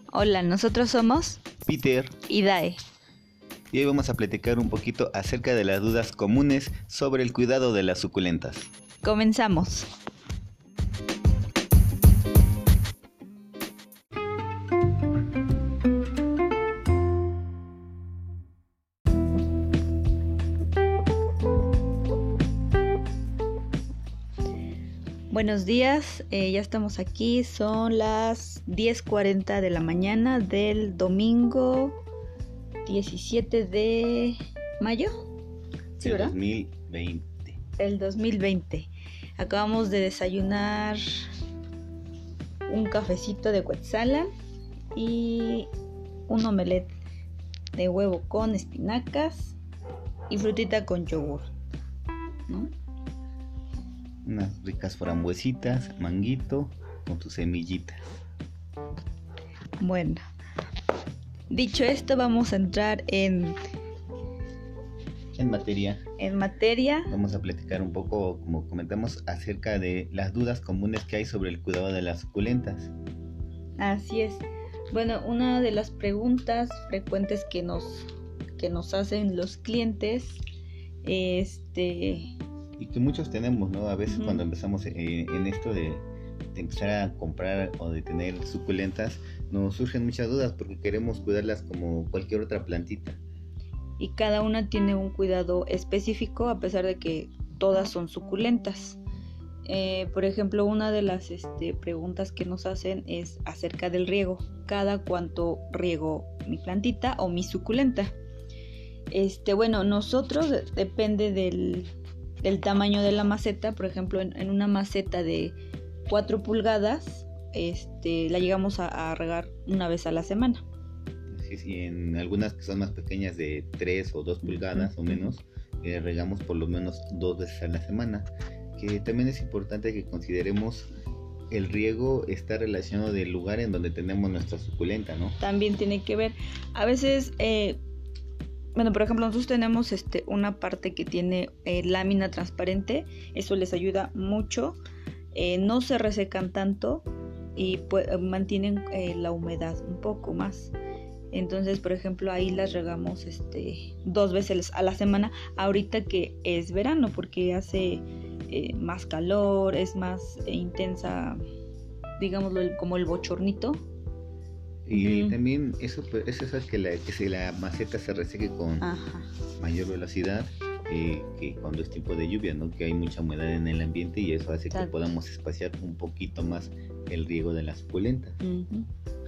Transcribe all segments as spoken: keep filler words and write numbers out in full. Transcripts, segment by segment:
Hola, nosotros somos Peter, y Dae. y hoy vamos a platicar un poquito acerca de las dudas comunes sobre el cuidado de las suculentas. Comenzamos. Buenos días, eh, ya estamos aquí, son las diez cuarenta de la mañana del domingo diecisiete de mayo. ¿Sí, del verdad? dos mil veinte. El dos mil veinte. Acabamos de desayunar un cafecito de Quetzala y un omelette de huevo con espinacas y frutita con yogur, ¿no? Unas ricas frambuesitas, manguito con sus semillitas. Bueno, dicho esto, vamos a entrar en, En materia, en materia. vamos a platicar un poco, como comentamos, acerca de las dudas comunes que hay sobre el cuidado de las suculentas. Así es. Bueno, una de las preguntas frecuentes que nos, que nos hacen los clientes, este... Y que muchos tenemos, ¿no? A veces Uh-huh. cuando empezamos eh, en esto de, de empezar a comprar o de tener suculentas, nos surgen muchas dudas porque queremos cuidarlas como cualquier otra plantita. y cada una tiene un cuidado específico a pesar de que todas son suculentas. Eh, por ejemplo, una de las este, preguntas que nos hacen es acerca del riego. Cada cuánto riego mi plantita o mi suculenta. Este, bueno, nosotros depende del, del tamaño de la maceta. Por ejemplo, en, en una maceta de cuatro pulgadas, este, la llegamos a, a regar una vez a la semana. Sí, sí, en algunas que son más pequeñas de tres o dos pulgadas uh-huh. o menos, eh, regamos por lo menos dos veces a la semana. Que también es importante que consideremos el riego está relacionado del lugar en donde tenemos nuestra suculenta, ¿no? También tiene que ver, a veces, eh, bueno, por ejemplo, nosotros tenemos este, una parte que tiene eh, lámina transparente, eso les ayuda mucho, eh, no se resecan tanto y pues, mantienen eh, la humedad un poco más. Entonces, por ejemplo, ahí las regamos este, dos veces a la semana, ahorita que es verano, porque hace eh, más calor, es más eh, intensa, digámoslo, el, como el bochornito. Y uh-huh. también eso, eso es que la, que si la maceta se reseque con Ajá. mayor velocidad eh, que cuando es tiempo de lluvia, ¿no? Que hay mucha humedad en el ambiente y eso hace Exacto. que podamos espaciar un poquito más el riego de las suculentas. Uh-huh.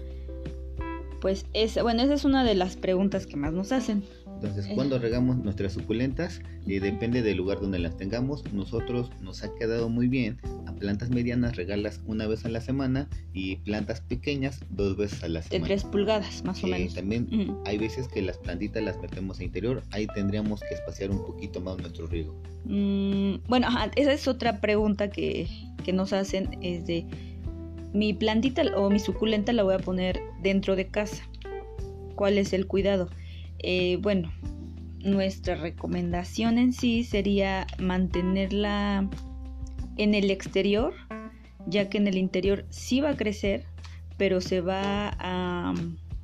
Pues esa, bueno, esa es una de las preguntas que más nos hacen. Entonces, cuando regamos nuestras suculentas, eh, depende del lugar donde las tengamos. Nosotros nos ha quedado muy bien a plantas medianas regarlas una vez a la semana y plantas pequeñas dos veces a la semana. De tres pulgadas, más o eh, menos. También uh-huh. hay veces que las plantitas las metemos a interior, ahí tendríamos que espaciar un poquito más nuestro riego. Mm, bueno, ajá, esa es otra pregunta que, que nos hacen, es de... Mi plantita o mi suculenta la voy a poner dentro de casa. ¿Cuál es el cuidado? Eh, bueno, nuestra recomendación en sí sería mantenerla en el exterior, ya que en el interior sí va a crecer, pero se va a,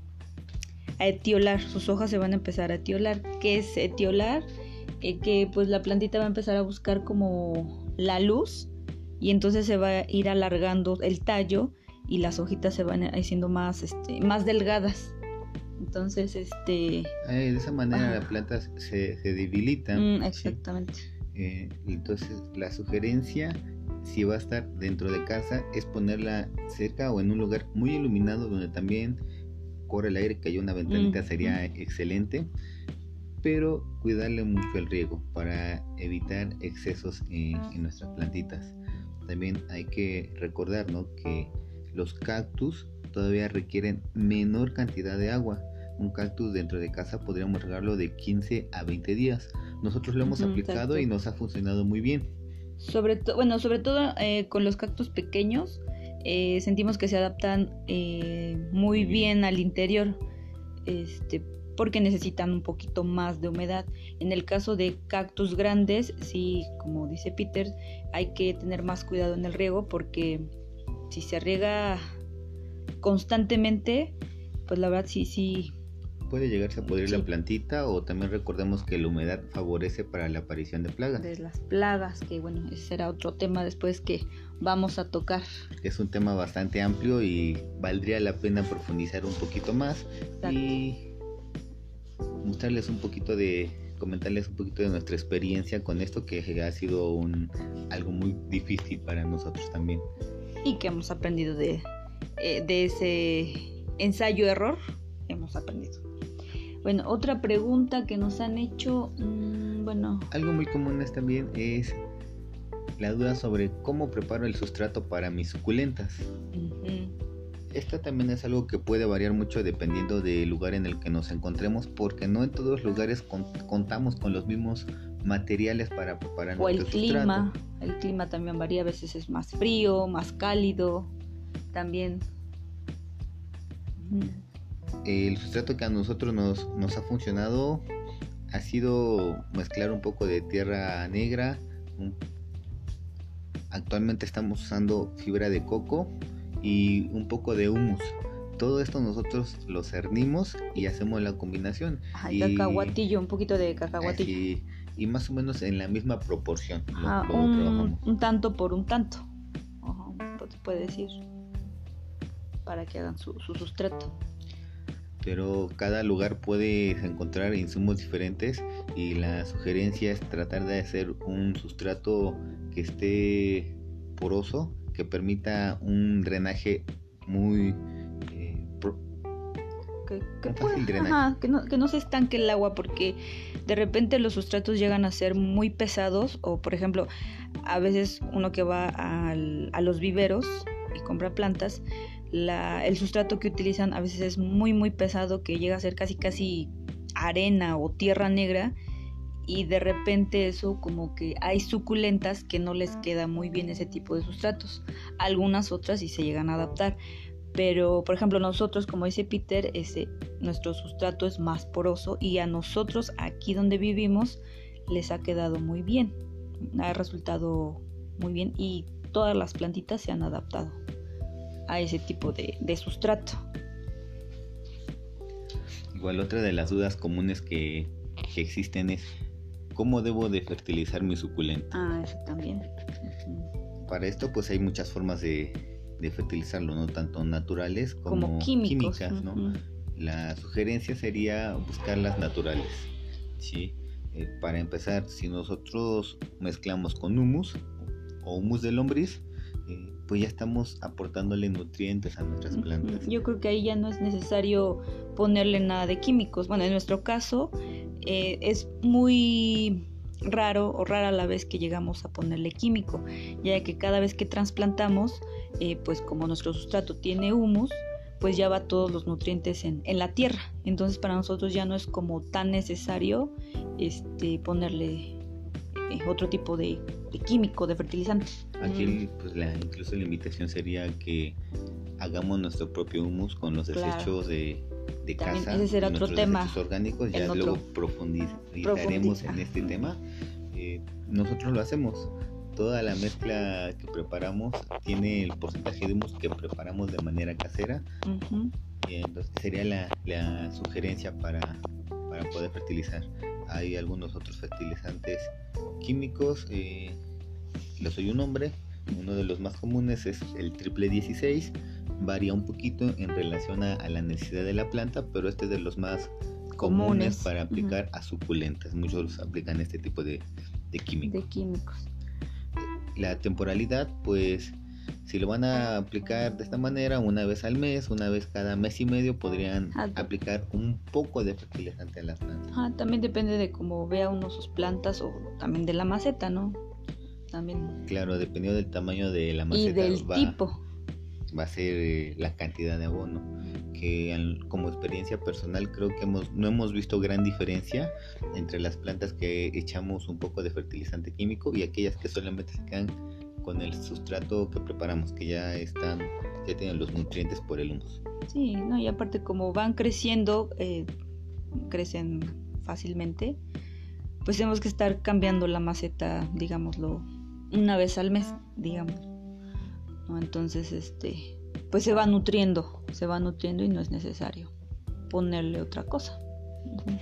a etiolar, sus hojas se van a empezar a etiolar. ¿Qué es etiolar? Eh, que pues la plantita va a empezar a buscar como la luz, y entonces se va a ir alargando el tallo y las hojitas se van haciendo más, este, más delgadas. Entonces, este... Eh, de esa manera ah. la planta se, se debilita. Mm, exactamente. ¿Sí? Eh, entonces, la sugerencia, si va a estar dentro de casa, es ponerla cerca o en un lugar muy iluminado donde también corre el aire, que haya una ventanita, mm. sería excelente. Pero cuidarle mucho el riego para evitar excesos en, en nuestras plantitas. También hay que recordar, ¿no?, que los cactus todavía requieren menor cantidad de agua. Un cactus dentro de casa podríamos regarlo de quince a veinte días. Nosotros lo hemos uh-huh, aplicado exacto. y nos ha funcionado muy bien. Sobre todo, bueno, sobre todo eh, con los cactus pequeños eh, sentimos que se adaptan eh, muy, muy bien. bien al interior. Este porque necesitan un poquito más de humedad. En el caso de cactus grandes, sí, como dice Peter, hay que tener más cuidado en el riego, porque si se riega constantemente, pues la verdad sí, sí. Puede llegarse a pudrir sí. la plantita, o también recordemos que la humedad favorece para la aparición de plagas. De las plagas, que bueno, ese será otro tema después que vamos a tocar. Es un tema bastante amplio y valdría la pena profundizar un poquito más. Exacto. Y mostrarles un poquito de, comentarles un poquito de nuestra experiencia con esto, que ha sido un algo muy difícil para nosotros también. Y que hemos aprendido de, eh, de ese ensayo-error, hemos aprendido. Bueno, otra pregunta que nos han hecho, mmm, bueno... Algo muy común es también es la duda sobre cómo preparo el sustrato para mis suculentas. Uh-huh. Esta también es algo que puede variar mucho dependiendo del lugar en el que nos encontremos, porque no en todos los lugares con, contamos con los mismos materiales para preparar o nuestro el clima, sustrato. El clima también varía, a veces es más frío, más cálido, también... Uh-huh. El sustrato que a nosotros nos, nos ha funcionado ha sido mezclar un poco de tierra negra. Actualmente estamos usando fibra de coco y un poco de humus. Todo esto nosotros lo cernimos y hacemos la combinación. Ajá, y cacahuatillo, un poquito de cacahuatillo. Así, y más o menos en la misma proporción. Ajá, lo, lo un, trabajamos. un tanto por un tanto. Ajá, se puede decir. Para que hagan su, su sustrato. Pero cada lugar puede encontrar insumos diferentes y la sugerencia es tratar de hacer un sustrato que esté poroso, que permita un drenaje muy eh, pro, que, que, fácil puede, drenaje. Ajá, que, no, que no se estanque el agua, porque de repente los sustratos llegan a ser muy pesados, o por ejemplo a veces uno que va al, a los viveros y compra plantas, La, el sustrato que utilizan a veces es muy muy pesado, que llega a ser casi casi arena o tierra negra, y de repente eso como que hay suculentas que no les queda muy bien ese tipo de sustratos. Algunas otras sí se llegan a adaptar, pero por ejemplo nosotros, como dice Peter, ese, nuestro sustrato es más poroso, y a nosotros aquí donde vivimos les ha quedado muy bien, ha resultado muy bien, y todas las plantitas se han adaptado a ese tipo de, de sustrato. Igual otra de las dudas comunes que, que existen es ¿cómo debo de fertilizar mi suculenta? Ah, eso también. Uh-huh. Para esto pues hay muchas formas de, de fertilizarlo, no tanto naturales como, como químicos, químicas, ¿no? Uh-huh. La sugerencia sería buscar las naturales, ¿sí? Eh, para empezar, si nosotros mezclamos con humus o humus de lombriz, eh, pues ya estamos aportándole nutrientes a nuestras plantas. Yo creo que ahí ya no es necesario ponerle nada de químicos. Bueno, en nuestro caso eh, es muy raro o rara la vez que llegamos a ponerle químico, ya que cada vez que trasplantamos, eh, pues como nuestro sustrato tiene humus, pues ya va todos los nutrientes en, en la tierra. Entonces para nosotros ya no es como tan necesario este, ponerle eh, otro tipo de, de químico, de fertilizante. Aquí pues la, incluso la invitación sería que hagamos nuestro propio humus con los desechos claro. de, de También casa, ese será otro tema, desechos orgánicos. Ya otro, luego profundizaremos profundiza. en este tema. Eh, nosotros lo hacemos. Toda la mezcla que preparamos tiene el porcentaje de humus que preparamos de manera casera. Uh-huh. Y entonces sería la, la sugerencia para, para poder fertilizar. Hay algunos otros fertilizantes químicos. Eh, les doy un nombre. Uno de los más comunes es el triple dieciséis. Varía un poquito en relación a, a la necesidad de la planta, pero este es de los más comunes, comunes para aplicar uh-huh. a suculentas. Muchos aplican este tipo de, de químicos. De químicos. La temporalidad, pues si lo van a aplicar de esta manera, una vez al mes, una vez cada mes y medio, podrían ah, aplicar un poco de fertilizante a las plantas. Ah, también depende de cómo vea uno sus plantas, o también de la maceta, ¿no? También. Claro, dependiendo del tamaño de la maceta. Y del va, tipo. Va a ser eh, la cantidad de abono. Que al, como experiencia personal creo que hemos, no hemos visto gran diferencia entre las plantas que echamos un poco de fertilizante químico y aquellas que solamente se quedan con el sustrato que preparamos, que ya están, ya tienen los nutrientes por el humus. Sí, no, y aparte como van creciendo, eh, crecen fácilmente, pues tenemos que estar cambiando la maceta, digámoslo, una vez al mes, digamos, ¿no? Entonces, este, pues se va nutriendo, se va nutriendo y no es necesario ponerle otra cosa. Uh-huh.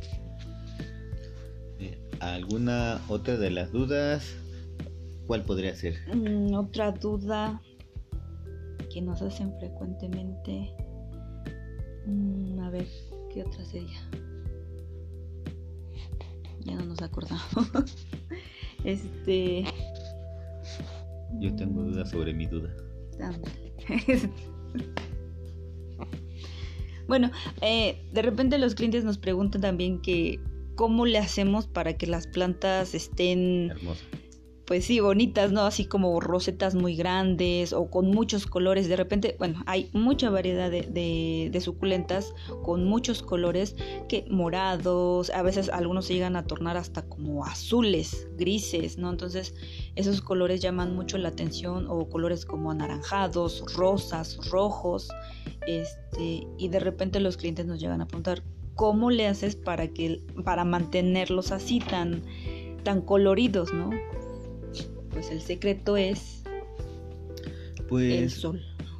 ¿Alguna otra de las dudas? ¿Cuál podría ser? Mm, otra duda que nos hacen frecuentemente. Mm, a ver, ¿qué otra sería? Ya no nos acordamos. este. Yo tengo dudas sobre mi duda. Bueno, eh, de repente los clientes nos preguntan también que cómo le hacemos para que las plantas estén hermosas. Pues sí, bonitas, ¿no? Así como rosetas muy grandes o con muchos colores. De repente, bueno, hay mucha variedad de, de, de suculentas con muchos colores, que morados, a veces algunos se llegan a tornar hasta como azules, grises, ¿no? Entonces, esos colores llaman mucho la atención, o colores como anaranjados, rosas, rojos, este, y de repente los clientes nos llegan a preguntar, ¿cómo le haces para que, para mantenerlos así tan, tan coloridos, ¿no? Pues el secreto es pues el sol.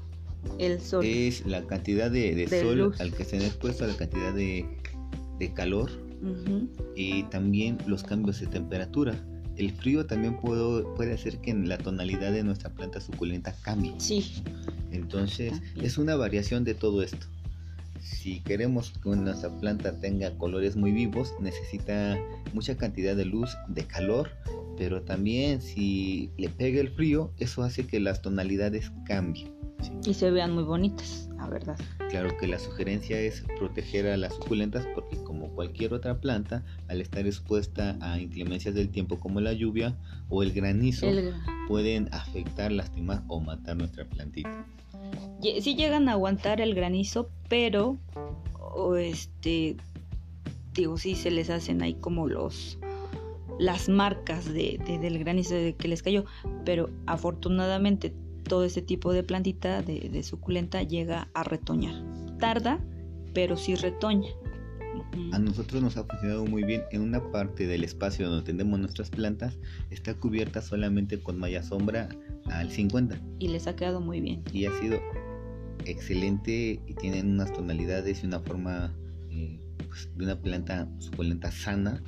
El sol. Es la cantidad de, de, de sol luz al que se han expuesto, la cantidad de, de calor, uh-huh, y también los cambios de temperatura. El frío también puede, puede hacer que la tonalidad de nuestra planta suculenta cambie. Sí. Entonces, también es una variación de todo esto. Si queremos que nuestra planta tenga colores muy vivos, necesita mucha cantidad de luz, de calor, pero también si le pega el frío, eso hace que las tonalidades cambien, ¿sí? Y se vean muy bonitas, la verdad. Claro que la sugerencia es proteger a las suculentas, porque como cualquier otra planta, al estar expuesta a inclemencias del tiempo como la lluvia o el granizo, el... pueden afectar, lastimar o matar nuestra plantita. Sí llegan a aguantar el granizo, pero o este digo, sí se les hacen ahí como los las marcas de, de, del granizo de que les cayó, pero afortunadamente todo este tipo de plantita de, de suculenta llega a retoñar. Tarda, pero sí retoña. Uh-huh. A nosotros nos ha funcionado muy bien. En una parte del espacio donde tenemos nuestras plantas está cubierta solamente con malla sombra al cincuenta. Y les ha quedado muy bien. Y ha sido excelente, y tienen unas tonalidades y una forma eh, pues, de una planta suculenta sana.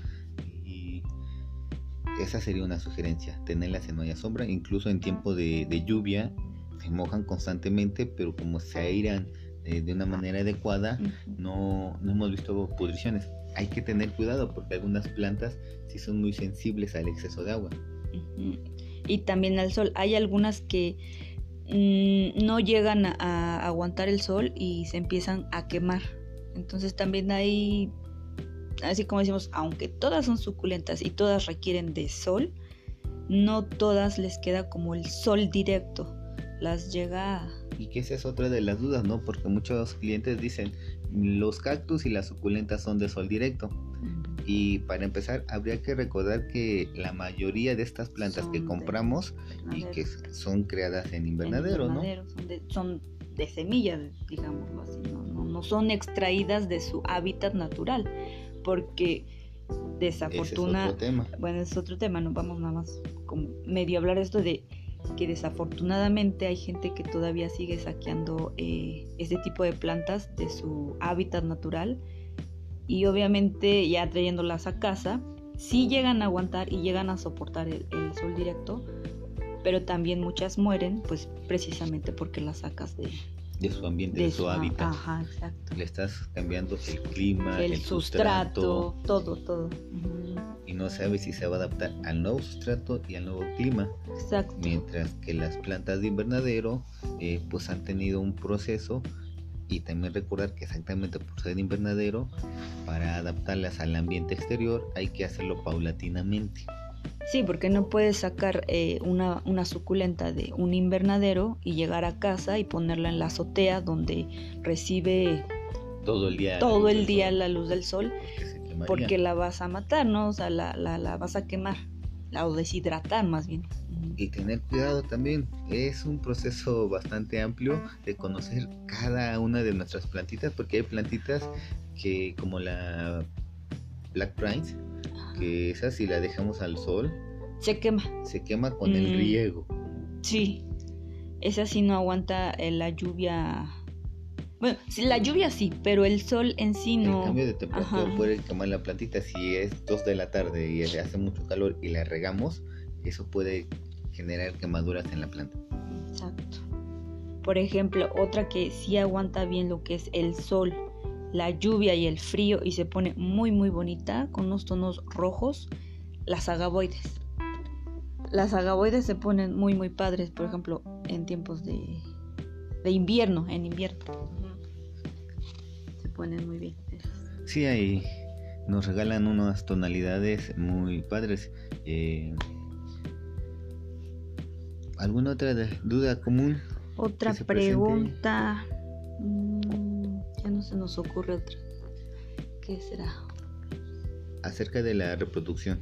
Y esa sería una sugerencia, tenerlas en malla sombra. Incluso en tiempo de, de lluvia se mojan constantemente, pero como se airean eh, de una manera adecuada, uh-huh, no, no hemos visto pudriciones. Hay que tener cuidado porque algunas plantas sí son muy sensibles al exceso de agua. Uh-huh. Y también al sol. Hay algunas que mmm, no llegan a, a aguantar el sol y se empiezan a quemar. Entonces también hay, así como decimos, aunque todas son suculentas y todas requieren de sol, no todas les queda como el sol directo. Las llega a... Y que esa es otra de las dudas, ¿no? Porque muchos clientes dicen, los cactus y las suculentas son de sol directo. Uh-huh. Y para empezar, habría que recordar que la mayoría de estas plantas son que compramos y que son creadas en invernadero, en invernadero, ¿no? Son de, son de semillas, digámoslo así, ¿no? No, no son extraídas de su hábitat natural, porque desafortunadamente... Es otro tema. Bueno, es otro tema, no vamos nada más como medio hablar de esto de que desafortunadamente hay gente que todavía sigue saqueando eh, este tipo de plantas de su hábitat natural, y obviamente ya trayéndolas a casa sí llegan a aguantar y llegan a soportar el, el sol directo, pero también muchas mueren pues precisamente porque las sacas de, de su ambiente, de, de su, su hábitat. Ajá, exacto. Le estás cambiando el clima, el, el sustrato, sustrato, todo, todo. Uh-huh. Y no sabes si se va a adaptar al nuevo sustrato y al nuevo clima. Exacto. Mientras que las plantas de invernadero eh, pues han tenido un proceso. Y también recordar que exactamente por ser de invernadero, para adaptarlas al ambiente exterior hay que hacerlo paulatinamente. Sí, porque no puedes sacar eh, una, una suculenta de un invernadero y llegar a casa y ponerla en la azotea donde recibe todo el día, todo el día la luz del sol, porque, porque la vas a matar, ¿no? O sea, la, la, la vas a quemar, la, o deshidratar más bien. Y tener cuidado también, es un proceso bastante amplio de conocer cada una de nuestras plantitas, porque hay plantitas que, como la Black Prince, que esa si la dejamos al sol se quema se quema con mm. el riego. Sí, esa sí no aguanta eh, la lluvia Bueno, sí, la lluvia sí, pero el sol en sí no. El cambio de temperatura Ajá. puede quemar la plantita. Si es dos de la tarde y hace mucho calor y la regamos, eso puede generar quemaduras en la planta. Exacto. Por ejemplo, otra que sí aguanta bien lo que es el sol, la lluvia y el frío y se pone muy muy bonita con unos tonos rojos, las agavoides. Las agavoides se ponen muy muy padres, por ejemplo, en tiempos de, de invierno, en invierno. Se ponen muy bien. Sí, ahí nos regalan unas tonalidades muy padres. Eh, ¿Alguna otra duda común? Otra pregunta. Mmm, ya no se nos ocurre otra. ¿Qué será? Acerca de la reproducción.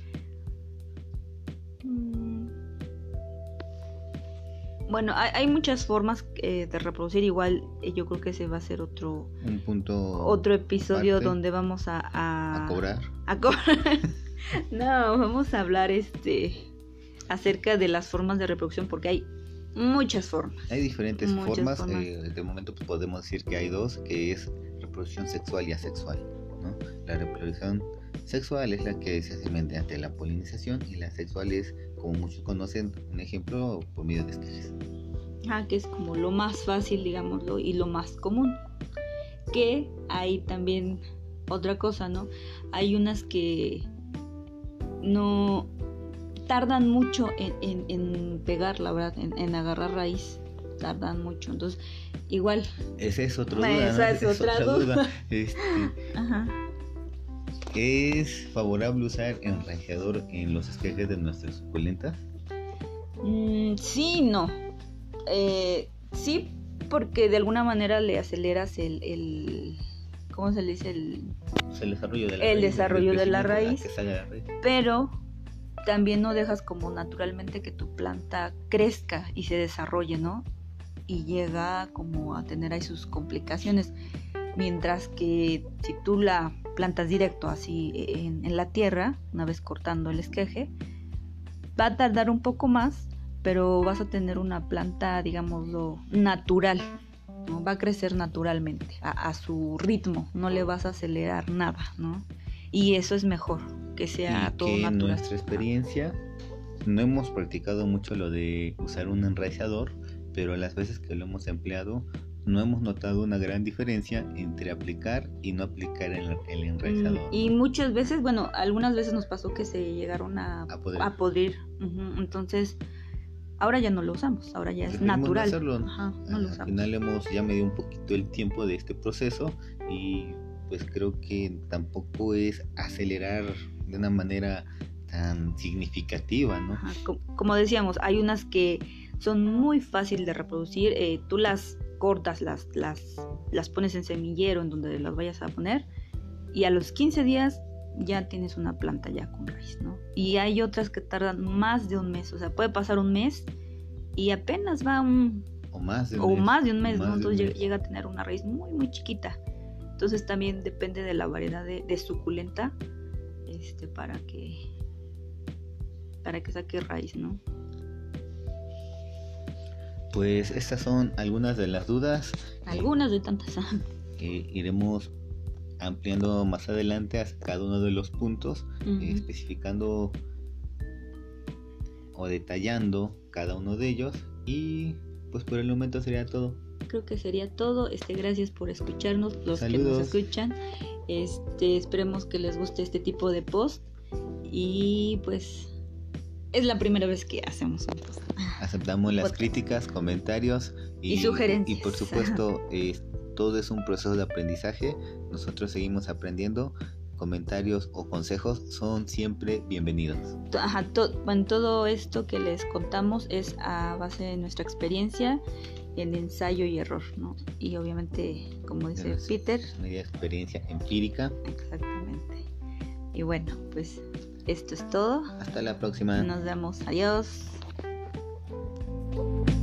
Bueno, hay, hay muchas formas eh, de reproducir. Igual eh, yo creo que ese va a ser otro un punto otro episodio donde vamos a a, a cobrar. A cobrar. No, vamos a hablar este acerca de las formas de reproducción porque hay muchas formas. Hay diferentes muchas formas. formas. Eh, de momento pues, podemos decir que hay dos, que es reproducción sexual y asexual, ¿no? La reproducción sexual es la que se hace mediante la polinización y la sexual es, como muchos conocen, un ejemplo por medio de esquejes. Ah, que es como lo más fácil, digámoslo, y lo más común. Que hay también otra cosa, ¿no? Hay unas que no tardan mucho en, en, en pegar, la verdad, en, en agarrar raíz. Tardan mucho, entonces igual. Esa es otra duda. Esa es, es otra, otra duda. duda. Este, Ajá. ¿Es favorable usar enraizador en los esquejes de nuestras suculentas? Mm, sí, no. Eh, sí, porque de alguna manera le aceleras el, el ¿cómo se le dice? El, pues el desarrollo de la el raíz. Desarrollo de la raíz, que salga la raíz. Pero también no dejas como naturalmente que tu planta crezca y se desarrolle, ¿no? Y llega como a tener ahí sus complicaciones. Mientras que si tú la plantas directo así en, en la tierra, una vez cortando el esqueje, va a tardar un poco más, pero vas a tener una planta, digámoslo, natural, ¿no? Va a crecer naturalmente, a, a su ritmo, no le vas a acelerar nada, ¿no? Y eso es mejor, que sea y todo que natural. En nuestra experiencia no hemos practicado mucho lo de usar un enraizador, pero las veces que lo hemos empleado no hemos notado una gran diferencia entre aplicar y no aplicar el, el enraizador. Y muchas veces, bueno, algunas veces nos pasó que se llegaron a, a podrir. A podrir. Uh-huh. Entonces, ahora ya no lo usamos, ahora ya es natural. No hacerlo. Ajá, no lo Al usamos. final hemos ya medido un poquito el tiempo de este proceso y pues creo que tampoco es acelerar de una manera tan significativa, ¿no? Ajá. Como decíamos, hay unas que son muy fáciles de reproducir, eh, tú las cortas, las, las, las pones en semillero en donde las vayas a poner y a los quince días ya tienes una planta ya con raíz, ¿no? Y hay otras que tardan más de un mes, o sea, puede pasar un mes y apenas va un... O más de un o mes. Más de un mes, ¿no? Entonces un llega, mes. llega a tener una raíz muy, muy chiquita. Entonces también depende de la variedad de, de suculenta este, para que para que saque raíz, ¿no? Pues estas son algunas de las dudas. Algunas de tantas. Que iremos ampliando más adelante a cada uno de los puntos, Uh-huh. eh, especificando o detallando cada uno de ellos. Y pues por el momento sería todo. Creo que sería todo. Este, gracias por escucharnos, los Saludos. que nos escuchan. Este, esperemos que les guste este tipo de post. Y pues es la primera vez que hacemos un post. Aceptamos las Podcast. críticas, comentarios y, Y sugerencias. Y por supuesto, eh, todo es un proceso de aprendizaje. Nosotros seguimos aprendiendo. Comentarios o consejos son siempre bienvenidos. Ajá, to- bueno, todo esto que les contamos es a base de nuestra experiencia en ensayo y error, ¿no? Y obviamente, como dice Es Peter, una experiencia empírica. exactamente. Y bueno, pues esto es todo. Hasta la próxima. Nos vemos. Adiós.